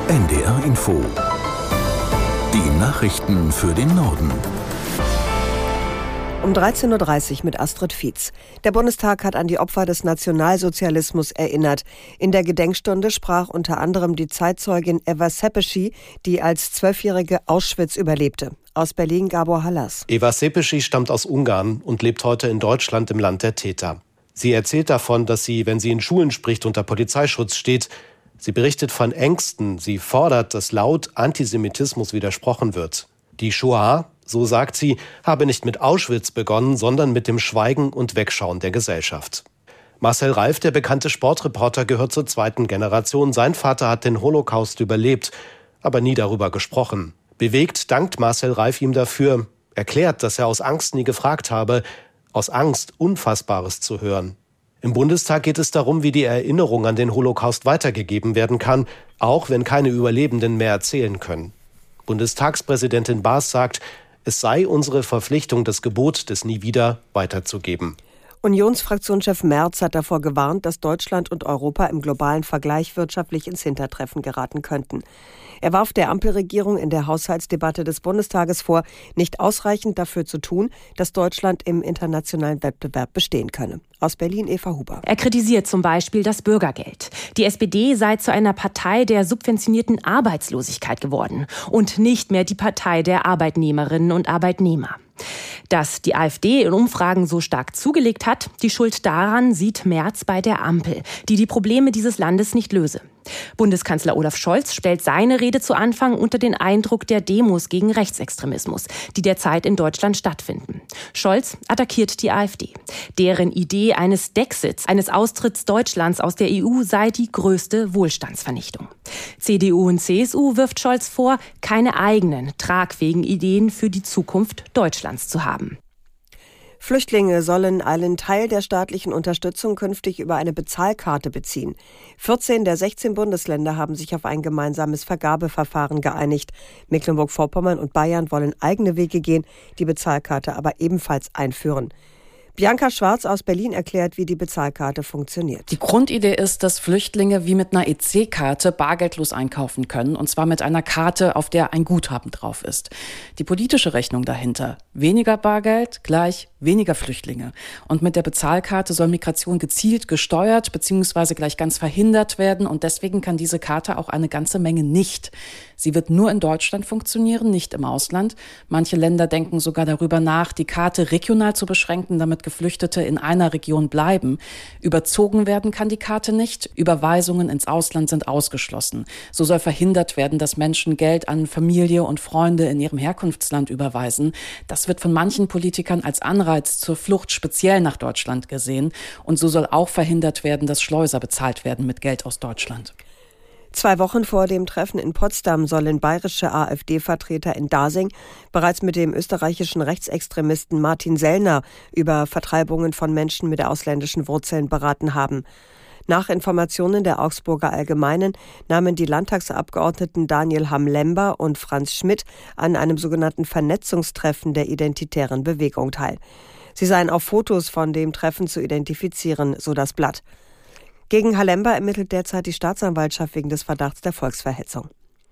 NDR Info. Die Nachrichten für den Norden. Um 13.30 Uhr mit Astrid Fietz. Der Bundestag hat an die Opfer des Nationalsozialismus erinnert. In der Gedenkstunde sprach unter anderem die Zeitzeugin Eva Sepeschi, die als 12-Jährige Auschwitz überlebte. Aus Berlin Gabor Hallas. Eva Sepeschi stammt aus Ungarn und lebt heute in Deutschland im Land der Täter. Sie erzählt davon, dass sie, wenn sie in Schulen spricht, unter Polizeischutz steht. Sie berichtet von Ängsten. Sie fordert, dass laut Antisemitismus widersprochen wird. Die Shoah, so sagt sie, habe nicht mit Auschwitz begonnen, sondern mit dem Schweigen und Wegschauen der Gesellschaft. Marcel Reif, der bekannte Sportreporter, gehört zur zweiten Generation. Sein Vater hat den Holocaust überlebt, aber nie darüber gesprochen. Bewegt dankt Marcel Reif ihm dafür, erklärt, dass er aus Angst nie gefragt habe, aus Angst Unfassbares zu hören. Im Bundestag geht es darum, wie die Erinnerung an den Holocaust weitergegeben werden kann, auch wenn keine Überlebenden mehr erzählen können. Bundestagspräsidentin Baas sagt, es sei unsere Verpflichtung, das Gebot des Nie wieder weiterzugeben. Unionsfraktionschef Merz hat davor gewarnt, dass Deutschland und Europa im globalen Vergleich wirtschaftlich ins Hintertreffen geraten könnten. Er warf der Ampelregierung in der Haushaltsdebatte des Bundestages vor, nicht ausreichend dafür zu tun, dass Deutschland im internationalen Wettbewerb bestehen könne. Aus Berlin Eva Huber. Er kritisiert zum Beispiel das Bürgergeld. Die SPD sei zu einer Partei der subventionierten Arbeitslosigkeit geworden und nicht mehr die Partei der Arbeitnehmerinnen und Arbeitnehmer. Dass die AfD in Umfragen so stark zugelegt hat, die Schuld daran sieht Merz bei der Ampel, die die Probleme dieses Landes nicht löse. Bundeskanzler Olaf Scholz stellt seine Rede zu Anfang unter den Eindruck der Demos gegen Rechtsextremismus, die derzeit in Deutschland stattfinden. Scholz attackiert die AfD. Deren Idee eines Dexits, eines Austritts Deutschlands aus der EU sei die größte Wohlstandsvernichtung. CDU und CSU wirft Scholz vor, keine eigenen, tragfähigen Ideen für die Zukunft Deutschlands zu haben. Flüchtlinge sollen einen Teil der staatlichen Unterstützung künftig über eine Bezahlkarte beziehen. 14 der 16 Bundesländer haben sich auf ein gemeinsames Vergabeverfahren geeinigt. Mecklenburg-Vorpommern und Bayern wollen eigene Wege gehen, die Bezahlkarte aber ebenfalls einführen. Bianca Schwarz aus Berlin erklärt, wie die Bezahlkarte funktioniert. Die Grundidee ist, dass Flüchtlinge wie mit einer EC-Karte bargeldlos einkaufen können, und zwar mit einer Karte, auf der ein Guthaben drauf ist. Die politische Rechnung dahinter: weniger Bargeld gleich weniger Flüchtlinge. Und mit der Bezahlkarte soll Migration gezielt gesteuert bzw. gleich ganz verhindert werden, und deswegen kann diese Karte auch eine ganze Menge nicht. Sie wird nur in Deutschland funktionieren, nicht im Ausland. Manche Länder denken sogar darüber nach, die Karte regional zu beschränken, damit Geflüchtete in einer Region bleiben. Überzogen werden kann die Karte nicht. Überweisungen ins Ausland sind ausgeschlossen. So soll verhindert werden, dass Menschen Geld an Familie und Freunde in ihrem Herkunftsland überweisen. Das wird von manchen Politikern als Anreiz zur Flucht speziell nach Deutschland gesehen. Und so soll auch verhindert werden, dass Schleuser bezahlt werden mit Geld aus Deutschland. 2 Wochen vor dem Treffen in Potsdam sollen bayerische AfD-Vertreter in Dasing bereits mit dem österreichischen Rechtsextremisten Martin Sellner über Vertreibungen von Menschen mit ausländischen Wurzeln beraten haben. Nach Informationen der Augsburger Allgemeinen nahmen die Landtagsabgeordneten Daniel Hamm-Lember und Franz Schmidt an einem sogenannten Vernetzungstreffen der Identitären Bewegung teil. Sie seien auf Fotos von dem Treffen zu identifizieren, so das Blatt. Gegen Halember ermittelt derzeit die Staatsanwaltschaft wegen des Verdachts der Volksverhetzung.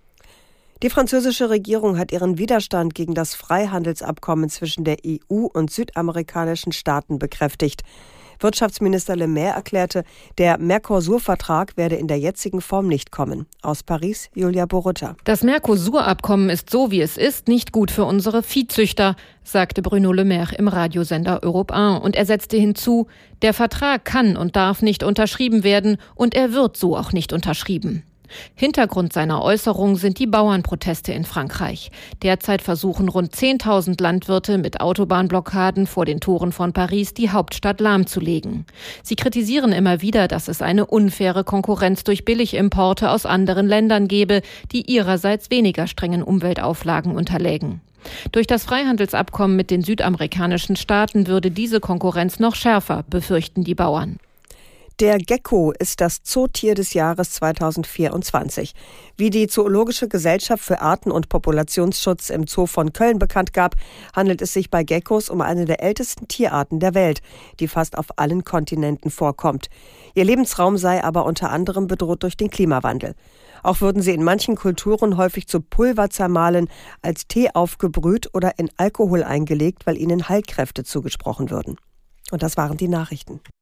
Die französische Regierung hat ihren Widerstand gegen das Freihandelsabkommen zwischen der EU und südamerikanischen Staaten bekräftigt. Wirtschaftsminister Le Maire erklärte, der Mercosur-Vertrag werde in der jetzigen Form nicht kommen. Aus Paris, Julia Borutta. Das Mercosur-Abkommen ist so, wie es ist, nicht gut für unsere Viehzüchter, sagte Bruno Le Maire im Radiosender Europe 1. Und er setzte hinzu, der Vertrag kann und darf nicht unterschrieben werden und er wird so auch nicht unterschrieben. Hintergrund seiner Äußerung sind die Bauernproteste in Frankreich. Derzeit versuchen rund 10.000 Landwirte mit Autobahnblockaden vor den Toren von Paris die Hauptstadt lahmzulegen. Sie kritisieren immer wieder, dass es eine unfaire Konkurrenz durch Billigimporte aus anderen Ländern gebe, die ihrerseits weniger strengen Umweltauflagen unterlägen. Durch das Freihandelsabkommen mit den südamerikanischen Staaten würde diese Konkurrenz noch schärfer, befürchten die Bauern. Der Gecko ist das Zootier des Jahres 2024. Wie die Zoologische Gesellschaft für Arten- und Populationsschutz im Zoo von Köln bekannt gab, handelt es sich bei Geckos um eine der ältesten Tierarten der Welt, die fast auf allen Kontinenten vorkommt. Ihr Lebensraum sei aber unter anderem bedroht durch den Klimawandel. Auch würden sie in manchen Kulturen häufig zu Pulver zermahlen, als Tee aufgebrüht oder in Alkohol eingelegt, weil ihnen Heilkräfte zugesprochen würden. Und das waren die Nachrichten.